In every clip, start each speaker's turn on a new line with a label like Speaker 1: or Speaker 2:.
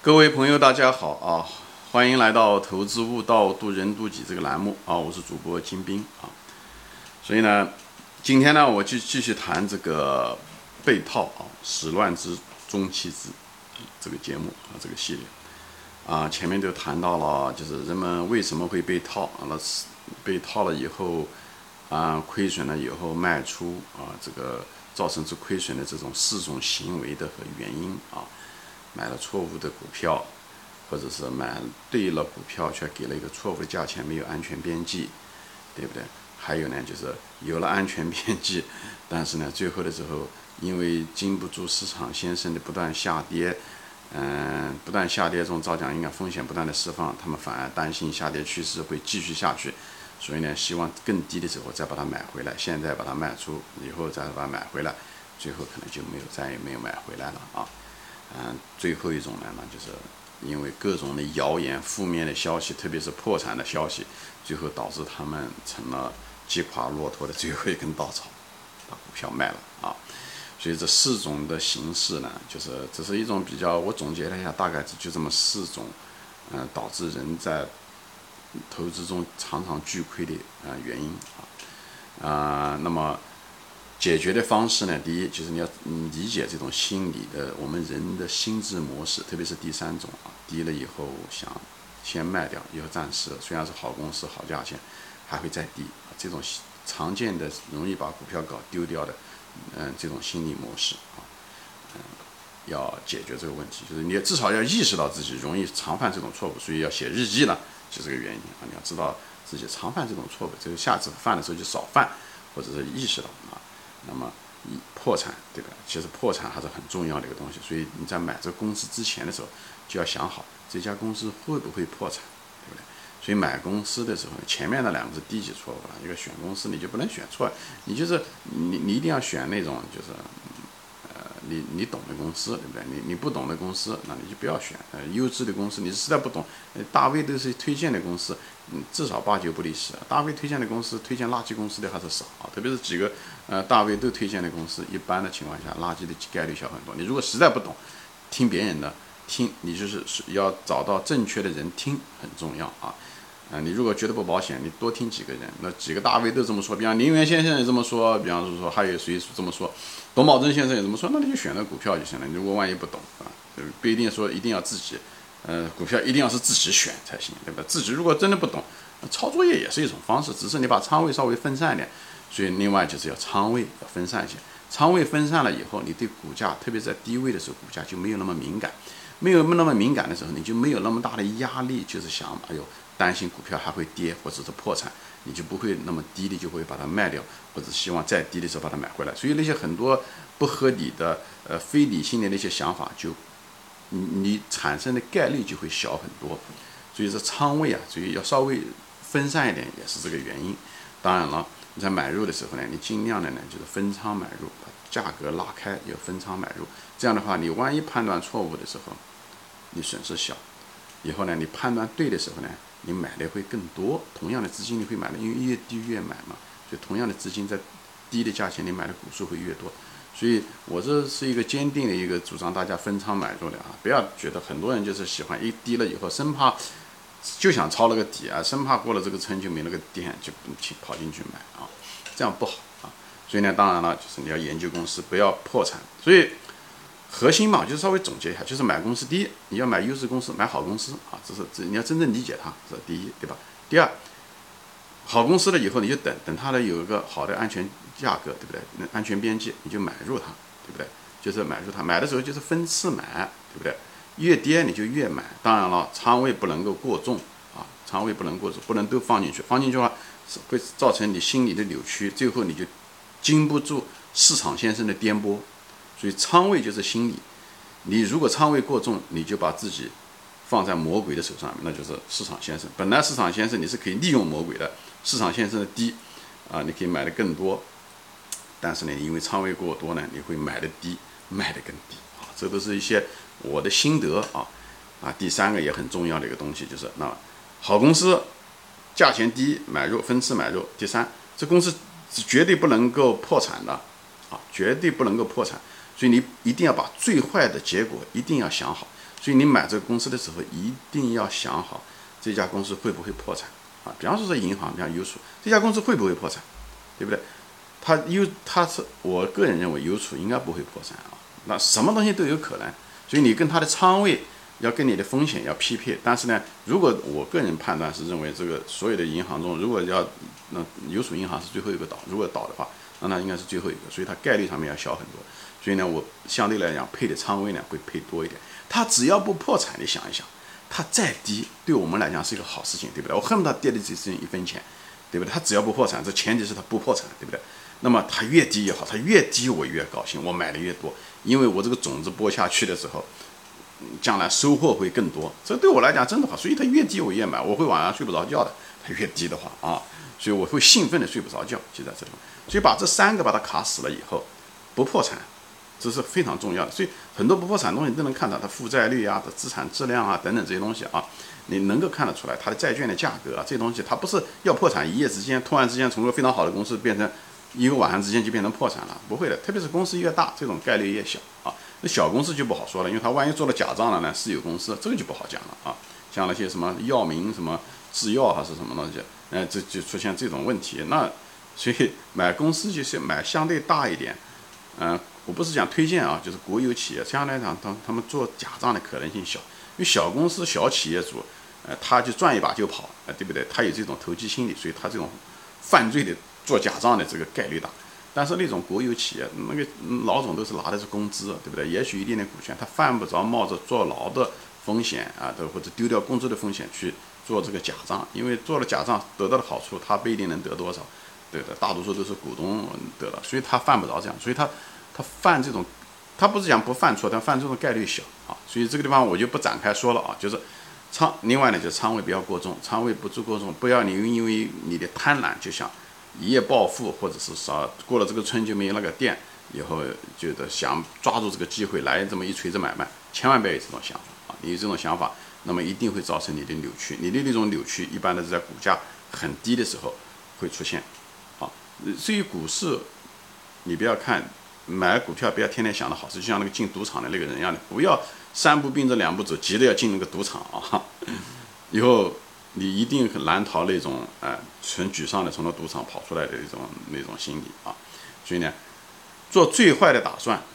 Speaker 1: 各位朋友，大家好啊！欢迎来到投资悟道渡人渡己这个栏目啊！我是主播金兵啊。所以呢，今天呢，我就继续谈这个被套啊，始乱之终弃之这个节目啊，这个系列啊，前面就谈到了，就是人们为什么会被套啊？那被套了以后啊，亏损了以后卖出啊，这个造成之亏损的这种4种行为的和原因啊。买了错误的股票，或者是买对了股票却给了一个错误的价钱，没有安全边际，对不对？还有呢，就是有了安全边际，但是呢，最后的时候因为经不住市场先生的不断下跌，不断下跌中造成应该风险不断的释放，他们反而担心下跌趋势会继续下去，所以呢，希望更低的时候再把它买回来，现在把它卖出，以后再把它买回来，最后可能就再也没有买回来了啊。最后一种呢，那就是因为各种的谣言、负面的消息，特别是破产的消息，最后导致他们成了击垮骆驼的最后一根稻草，把股票卖了啊。所以这4种的形式呢，就是这是一种比较，我总结了一下，大概就这么4种，导致人在投资中常常巨亏的原因那么解决的方式呢？第一就是你要理解这种心理的，我们人的心智模式，特别是第3种啊，低了以后想先卖掉，以后暂时虽然是好公司、好价钱，还会再低啊，这种常见的容易把股票搞丢掉的，这种心理模式啊，要解决这个问题，就是你至少要意识到自己容易常犯这种错误，所以要写日记了，就这个原因啊，你要知道自己常犯这种错误，这个下次犯的时候就少犯，或者是意识到啊。那么破产，对吧？其实破产还是很重要的一个东西，所以你在买这个公司之前的时候，就要想好这家公司会不会破产，对不对？所以买公司的时候，前面那2个是低级错误了。一个选公司你就不能选错，你就是你一定要选那种就是你懂的公司，对不对？你不懂的公司，那你就不要选。优质的公司，你实在不懂，大 V 都是推荐的公司，至少8、9不离10。大 V 推荐的公司，推荐垃圾公司的还是少啊。特别是几个大 V 都推荐的公司，一般的情况下，垃圾的概率小很多。你如果实在不懂，听别人的，你就是要找到正确的人听，很重要啊。你如果觉得不保险，你多听几个人，那几个大 V 都这么说，比方林元先生也这么说，比方说还有谁这么说，董宝珍先生也这么说，那你就选择股票就行了。你如果万一不懂啊，不一定说一定要自己，股票一定要是自己选才行，对吧？自己如果真的不懂，操作也是一种方式，只是你把仓位稍微分散一点。所以另外就是要仓位要分散一些，仓位分散了以后，你对股价，特别在低位的时候，股价就没有那么敏感，没有那么敏感的时候，你就没有那么大的压力，就是想，哎呦。担心股票还会跌或者是破产，你就不会那么低的就会把它卖掉，或者希望再低的时候把它买回来。所以那些很多不合理的非理性的那些想法，就你产生的概率就会小很多。所以这仓位啊，所以要稍微分散一点，也是这个原因。当然了，你在买入的时候呢，你尽量的呢就是分仓买入，把价格拉开，要分仓买入。这样的话，你万一判断错误的时候，你损失小。以后呢，你判断对的时候呢，你买的会更多，同样的资金你会买的，因为越低越买嘛，所以同样的资金在低的价钱你买的股数会越多。所以我这是一个坚定的一个主张，大家分仓买入的啊，不要觉得很多人就是喜欢一低了以后，生怕就想抄了个底啊，生怕过了这个村就没了个店就跑进去买啊，这样不好啊。所以呢，当然了，就是你要研究公司，不要破产。所以。核心嘛，就稍微总结一下，就是买公司。第一，你要买优质公司，买好公司啊，这你要真正理解它，这是第一，对吧？第二，好公司了以后，你就等它的有一个好的安全价格，对不对？安全边际，你就买入它，对不对？就是买入它，买的时候就是分次买，对不对？越跌你就越买。当然了，仓位不能够过重啊，仓位不能过重，不能都放进去，放进去的话会造成你心理的扭曲，最后你就经不住市场先生的颠簸。所以仓位就是心理，你如果仓位过重，你就把自己放在魔鬼的手上，那就是市场先生。本来市场先生你是可以利用魔鬼的，市场先生的低啊，你可以买的更多，但是呢，因为仓位过多呢，你会买的低，卖的更低啊。这都是一些我的心得啊。第3个也很重要的一个东西就是，那好公司价钱低买入，分次买入。第3，这公司是绝对不能够破产的啊，绝对不能够破产。所以你一定要把最坏的结果一定要想好， 所以你买这个公司的时候，一定要想好这家公司会不会破产啊？比方说银行，像邮储，这家公司会不会破产，对不对？我个人认为邮储应该不会破产啊。那什么东西都有可能，所以你跟它的仓位要跟你的风险要匹配。但是呢，如果我个人判断是认为这个所有的银行中，如果邮储银行是最后一个倒，如果倒的话，那它应该是最后一个，所以它概率上面要小很多。所以呢，我相对来讲配的仓位呢会配多一点。它只要不破产，你想一想，它再低对我们来讲是一个好事情，对不对？我恨不得跌的只剩1分钱，对不对？它只要不破产，这前提是它不破产，对不对？那么它越低越好，它越低我越高兴，我买的越多，因为我这个种子播下去的时候，将来收获会更多，这对我来讲真的好，所以它越低我越买，我会晚上睡不着觉的。它越低的话啊，所以我会兴奋的睡不着觉，就在这里。所以把这3个把它卡死了以后，不破产，这是非常重要的。所以很多不破产的东西都能看到它负债率啊、的资产质量啊等等这些东西啊，你能够看得出来它的债券的价格啊，这些东西它不是要破产一夜之间突然之间从一个非常好的公司变成一个晚上之间就变成破产了，不会的。特别是公司越大，这种概率越小啊。那小公司就不好说了，因为它万一做了假账了呢，私有公司这个就不好讲了啊。像那些什么药明、什么制药还是什么东西，这就出现这种问题。那所以买公司就是买相对大一点，我不是讲推荐啊，就是国有企业相对来讲，他们做假账的可能性小，因为小公司小企业主，他就赚一把就跑，对不对？他有这种投机心理，所以他这种犯罪的做假账的这个概率大。但是那种国有企业，那个老总都是拿的是工资，对不对？也许一定的股权，他犯不着冒着坐牢的风险啊，或者丢掉工资的风险去做这个假账，因为做了假账得到的好处，他不一定能得多少，对的，大多数都是股东得了，所以他犯不着这样，所以他犯这种，他不是讲不犯错，但犯这种概率小啊，所以这个地方我就不展开说了啊，就是另外呢，就是仓位不要过重，仓位不足过重，不要你因为你的贪婪就想一夜暴富，或者是过了这个村就没有那个店，以后就得想抓住这个机会来这么一锤子买卖，千万不要有这种想法啊！你有这种想法，那么一定会造成你的扭曲。你的那种扭曲，一般都是在股价很低的时候会出现啊。至于股市，你不要看买股票，不要天天想的好事，就像那个进赌场的那个人一样的，不要3步并着2步走，急着要进那个赌场啊！以后你一定很难逃那种很沮丧的从那赌场跑出来的那种心理啊。所以呢，做最坏的打算，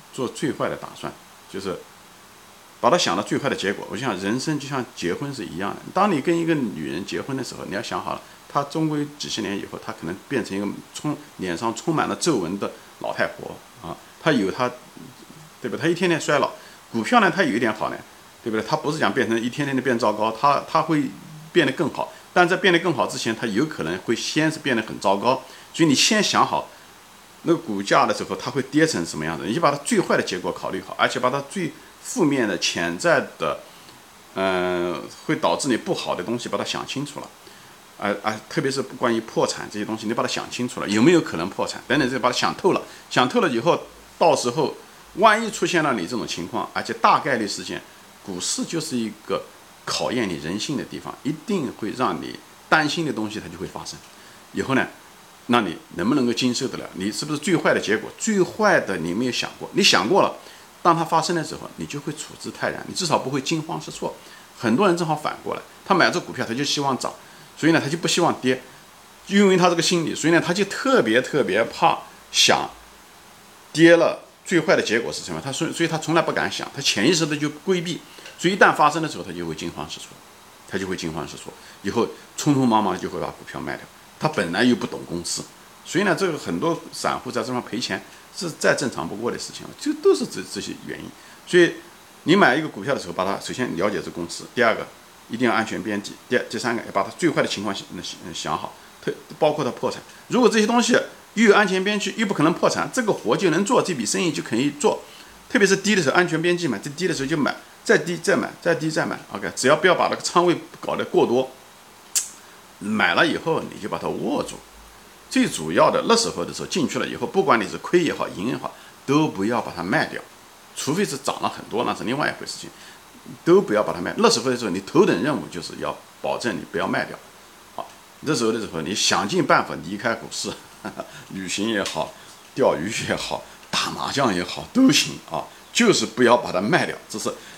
Speaker 1: 就是把它想到最坏的结果。我想人生就像结婚是一样的，当你跟一个女人结婚的时候，你要想好了，她终归几十年以后，她可能变成一个脸上充满了皱纹的老太婆啊，她有她，对吧？她一天天衰老。股票呢，它有一点好呢，对不对？它不是讲变成一天天的变糟糕，它会变得更好，但在变得更好之前，它有可能会先是变得很糟糕，所以你先想好那个股价的时候，它会跌成什么样子，你就把它最坏的结果考虑好，而且把它最负面的潜在的，会导致你不好的东西把它想清楚了，特别是关于破产这些东西，你把它想清楚了，有没有可能破产等等，这把它想透了，想透了以后，到时候万一出现了你这种情况，而且大概率事件，股市就是一个考验你人性的地方，一定会让你担心的东西它就会发生。以后呢，那你能不能够经受得了？你是不是最坏的结果？最坏的你没有想过，你想过了，当它发生的时候，你就会处之泰然，你至少不会惊慌失措。很多人正好反过来，他买这股票他就希望涨，所以呢他就不希望跌，因为他这个心理，所以呢他就特别怕想跌了。最坏的结果是什么？所以他从来不敢想，他潜意识的就规避，所以一旦发生的时候，他就会惊慌失措，以后匆匆忙忙就会把股票卖掉。他本来又不懂公司，所以呢，这个很多散户在这方赔钱是再正常不过的事情了，就都是这些原因。所以你买一个股票的时候，把它首先了解这公司，第二个一定要安全边际，第三个要把它最坏的情况想好，包括它破产。如果这些东西又有安全边际，又不可能破产，这个活就能做，这笔生意就可以做。特别是低的时候，安全边际买，最低的时候就买，再低再买，再低再买。OK， 只要不要把那个仓位搞得过多，买了以后你就把它握住。最主要的那时候的时候进去了以后，不管你是亏也好，赢也好，都不要把它卖掉，除非是涨了很多，那是另外一回事情，都不要把它卖。那时候的时候，你头等任务就是要保证你不要卖掉。好，这时候的时候，你想尽办法离开股市。旅行也好，钓鱼也好，打麻将也好，都行啊，就是不要把它卖掉，这是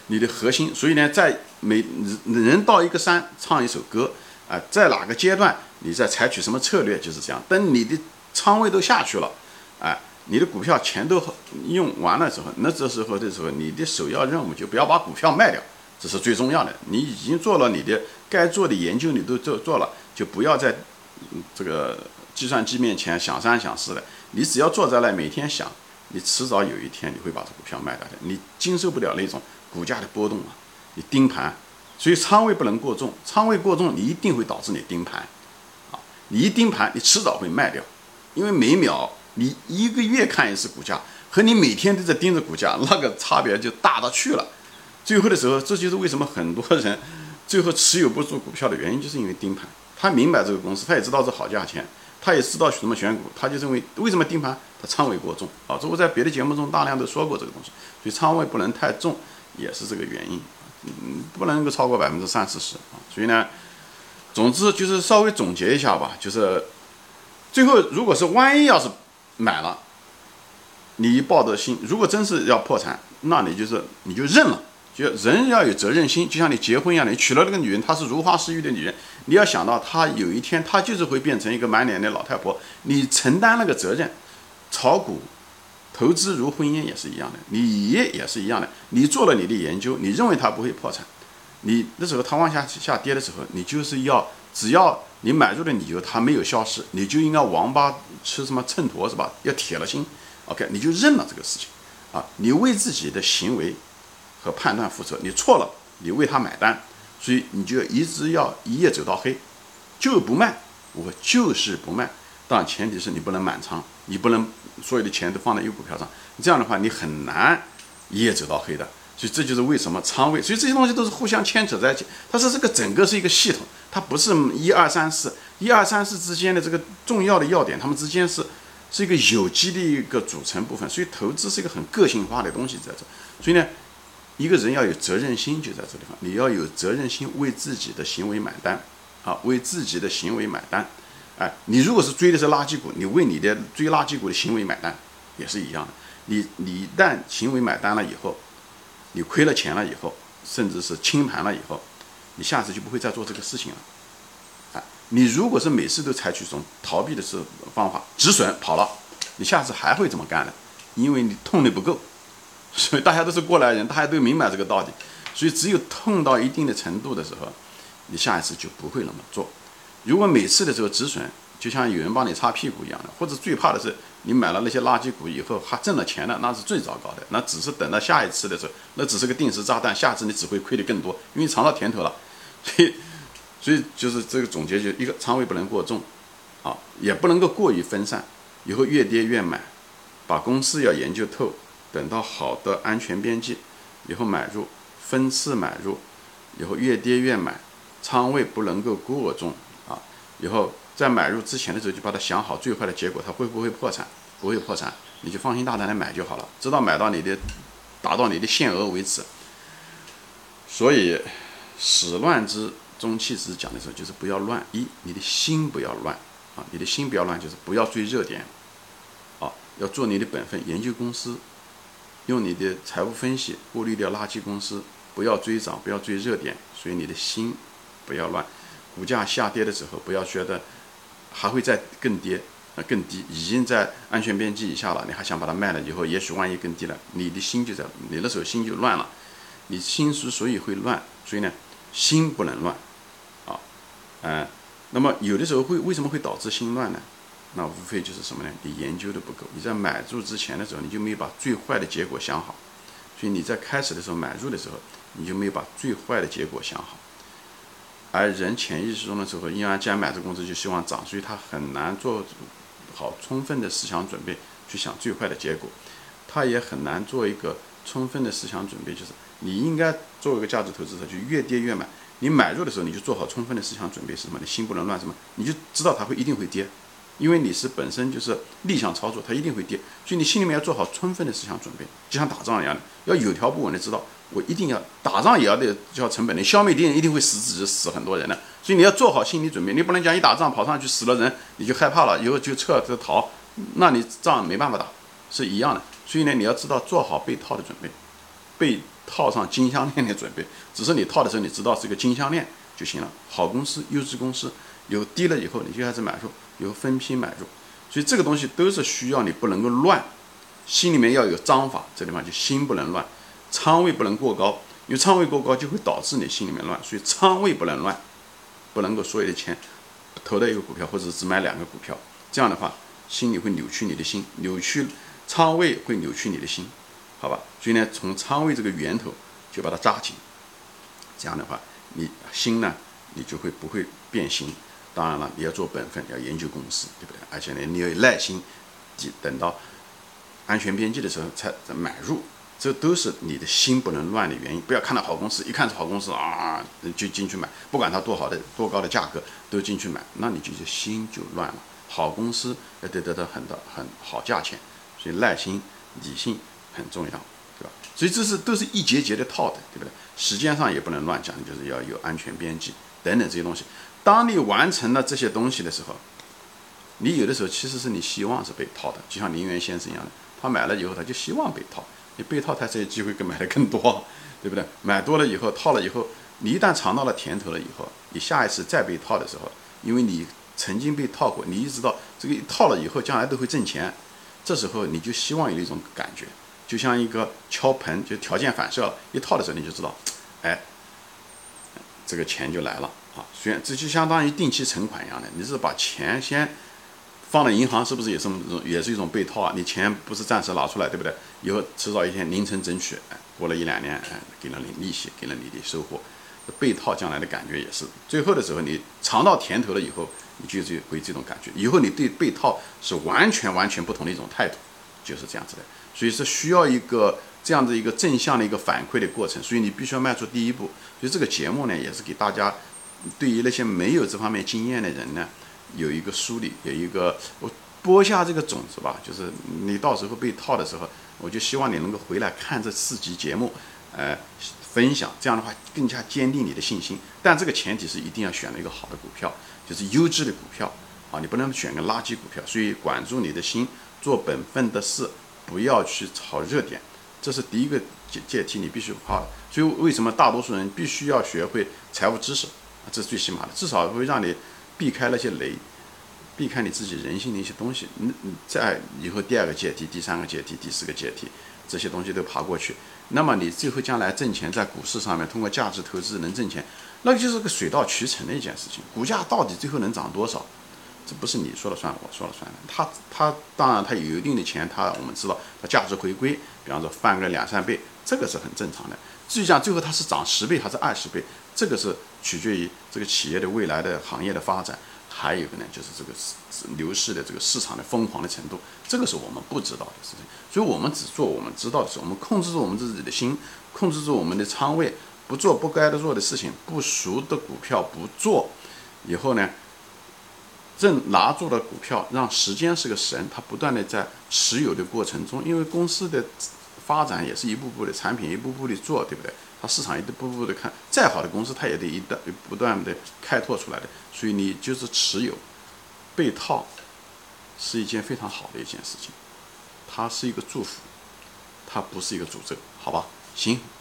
Speaker 1: 你的核心。所以呢，在人到一个山唱一首歌啊，在哪个阶段你在采取什么策略，就是这样。等你的仓位都下去了，哎，你的股票钱都用完了之后，那这时候你的首要任务就不要把股票卖掉，这是最重要的。你已经做了你的该做的研究，你都做了，就不要在这个计算机面前想三想四的。你只要坐在那每天想，你迟早有一天你会把这股票卖掉的。你经受不了那种股价的波动啊，你盯盘，所以仓位不能过重，仓位过重你一定会导致你盯盘啊，你一盯盘，你迟早会卖掉，因为每秒你一个月看一次股价，和你每天都在盯着股价，那个差别就大到去了。最后的时候，这就是为什么很多人最后持有不住股票的原因，就是因为盯盘。他明白这个公司，他也知道这好价钱，他也知道怎么选股，他就认为为什么盯盘？他仓位过重啊！这我在别的节目中大量都说过这个东西，所以仓位不能太重，也是这个原因。不能够超过30%-40%啊。所以呢，总之就是稍微总结一下吧，就是最后如果是万一要是买了，你抱着心，如果真是要破产，那你就认了。就人要有责任心，就像你结婚一样的，你娶了这个女人，她是如花似玉的女人，你要想到她有一天她就是会变成一个满脸的老太婆，你承担那个责任。炒股、投资如婚姻也是一样的，你也是一样的。你做了你的研究，你认为它不会破产，你那时候它往下跌的时候，你就是要只要你买入的理由它没有消失，你就应该王八吃什么秤砣是吧？要铁了心 ，OK， 你就认了这个事情啊，你为自己的行为和判断负责，你错了，你为他买单，所以你就一直要一夜走到黑，就不卖，我就是不卖。但前提是你不能满仓，你不能所有的钱都放在一个股票上，这样的话你很难一夜走到黑的。所以这就是为什么仓位，所以这些东西都是互相牵扯在一起，它是这个整个是一个系统，它不是1、2、3、4，1、2、3、4之间的这个重要的要点，它们之间是一个有机的一个组成部分。所以投资是一个很个性化的东西在这，所以呢。一个人要有责任心，就在这地方，你要有责任心，为自己的行为买单，啊，为自己的行为买单，哎，你如果是追的是垃圾股，你为你的追垃圾股的行为买单，也是一样的。你一旦行为买单了以后，你亏了钱了以后，甚至是清盘了以后，你下次就不会再做这个事情了，哎，你如果是每次都采取这种逃避的方法，止损跑了，你下次还会这么干的，因为你痛的不够。所以大家都是过来人，大家都明白这个道理。所以只有痛到一定的程度的时候，你下一次就不会那么做。如果每次的时候止损，就像有人帮你擦屁股一样的，或者最怕的是你买了那些垃圾股以后还挣了钱了，那是最糟糕的。那只是等到下一次的时候，那只是个定时炸弹，下次你只会亏得更多，因为尝到甜头了。所以就是这个总结，就一个仓位不能过重，啊，也不能够过于分散，以后越跌越买，把公司要研究透。等到好的安全边际以后买入，分次买入，以后越跌越买，仓位不能够过重啊。以后在买入之前的时候就把它想好最坏的结果，它会不会破产？不会破产，你就放心大胆的买就好了，直到买到达到你的限额为止。所以始乱之中气之讲的时候，就是不要乱，你的心不要乱啊，你的心不要乱，就是不要追热点啊，要做你的本分，研究公司。用你的财务分析过滤掉垃圾公司，不要追涨，不要追热点，所以你的心不要乱。股价下跌的时候，不要觉得还会再更跌，更低，已经在安全边际以下了，你还想把它卖了以后，也许万一更低了，你的心就在，你那时候心就乱了。你心之所以会乱，所以呢，心不能乱啊，那么有的时候为什么会导致心乱呢？那无非就是什么呢？你研究的不够，你在买入之前的时候，你就没有把最坏的结果想好，所以你在开始的时候买入的时候，你就没有把最坏的结果想好。而人潜意识中的时候，因为既然买这个公司就希望涨，所以他很难做好充分的思想准备去想最坏的结果，他也很难做一个充分的思想准备，就是你应该作为一个价值投资者，就越跌越买。你买入的时候，你就做好充分的思想准备是什么？你心不能乱什么？你就知道它一定会跌。因为你是本身就是逆向操作，它一定会跌，所以你心里面要做好充分的思想准备，就像打仗一样的，要有条不紊的知道，我一定要打仗也要得交成本的，消灭敌人一定会死很多人的，所以你要做好心理准备，你不能讲一打仗跑上去死了人你就害怕了，以后就撤就逃，那你仗没办法打，是一样的。所以呢，你要知道做好被套的准备，被套上金项链的准备，只是你套的时候你知道是个金项链就行了。好公司、优质公司有低了以后，你就开始买入，有分批买入，所以这个东西都是需要你不能够乱，心里面要有章法，这地方就心不能乱，仓位不能过高，因为仓位过高就会导致你心里面乱，所以仓位不能乱，不能够所有的钱投到一个股票或者只买2个股票，这样的话心里会扭曲你的心，扭曲仓位会扭曲你的心，好吧？所以呢，从仓位这个源头就把它扎紧，这样的话，你心呢，你就会不会变心。当然了，你要做本分，要研究公司，对不对？而且呢，你要有耐心，等到安全边际的时候才买入，这都是你的心不能乱的原因。不要看到好公司，一看是好公司啊，就进去买，不管它多高的价格都进去买，那你就心就乱了。好公司要得到很好价钱，所以耐心、理性很重要，对吧？所以这都是一节节的套的，对不对？时间上也不能乱讲，就是要有安全边际等等这些东西。当你完成了这些东西的时候，你有的时候其实是你希望是被套的，就像林园先生一样的，他买了以后他就希望被套，你被套他才有机会买的更多，对不对？买多了以后套了以后，你一旦尝到了甜头了以后，你下一次再被套的时候，因为你曾经被套过，你意识到这个套了以后将来都会挣钱，这时候你就希望有一种感觉，就像一个敲盆，就条件反射了，一套的时候你就知道，哎，这个钱就来了啊！虽然这就相当于定期存款一样的，你是把钱先放到银行，是不是也是一种被套啊？你钱不是暂时拿出来，对不对？以后迟早一天凌晨争取，过了1-2年，给了你利息，给了你的收获。被套将来的感觉也是，最后的时候你尝到甜头了以后，你就会这种感觉。以后你对被套是完全不同的一种态度，就是这样子的。所以是需要一个这样的一个正向的一个反馈的过程，所以你必须要迈出第一步。所以这个节目呢，也是给大家，对于那些没有这方面经验的人呢，有一个梳理，有一个我播下这个种子吧，就是你到时候被套的时候，我就希望你能够回来看这4集节目，分享，这样的话更加坚定你的信心。但这个前提是一定要选了一个好的股票，就是优质的股票啊，你不能选个垃圾股票。所以管住你的心，做本分的事，不要去炒热点，这是第一个阶梯，你必须好。所以为什么大多数人必须要学会财务知识？这是最起码的，至少会让你避开那些雷，避开你自己人性的一些东西。再以后第2个阶梯、第3个阶梯、第4个阶梯，这些东西都爬过去，那么你最后将来挣钱，在股市上面通过价值投资能挣钱，那就是个水到渠成的一件事情。股价到底最后能涨多少，这不是你说了算，我说了算的。它当然它有一定的钱，我们知道它价值回归，比方说翻个2-3倍，这个是很正常的。至于讲最后它是涨10倍还是20倍，这个是取决于这个企业的未来的行业的发展。还有一个呢，就是这个牛市的这个市场的疯狂的程度，这个是我们不知道的事情。所以我们只做我们知道的事，我们控制住我们自己的心，控制住我们的仓位，不做不该做的事情，不熟的股票不做，以后呢，拿住了股票，让时间是个神，它不断的在持有的过程中，因为公司的发展也是一步步的，产品一步步的做，对不对？它市场一步步的看，再好的公司它也得不断的开拓出来的，所以你就是持有，被套是一件非常好的一件事情，它是一个祝福，它不是一个诅咒，好吧？行，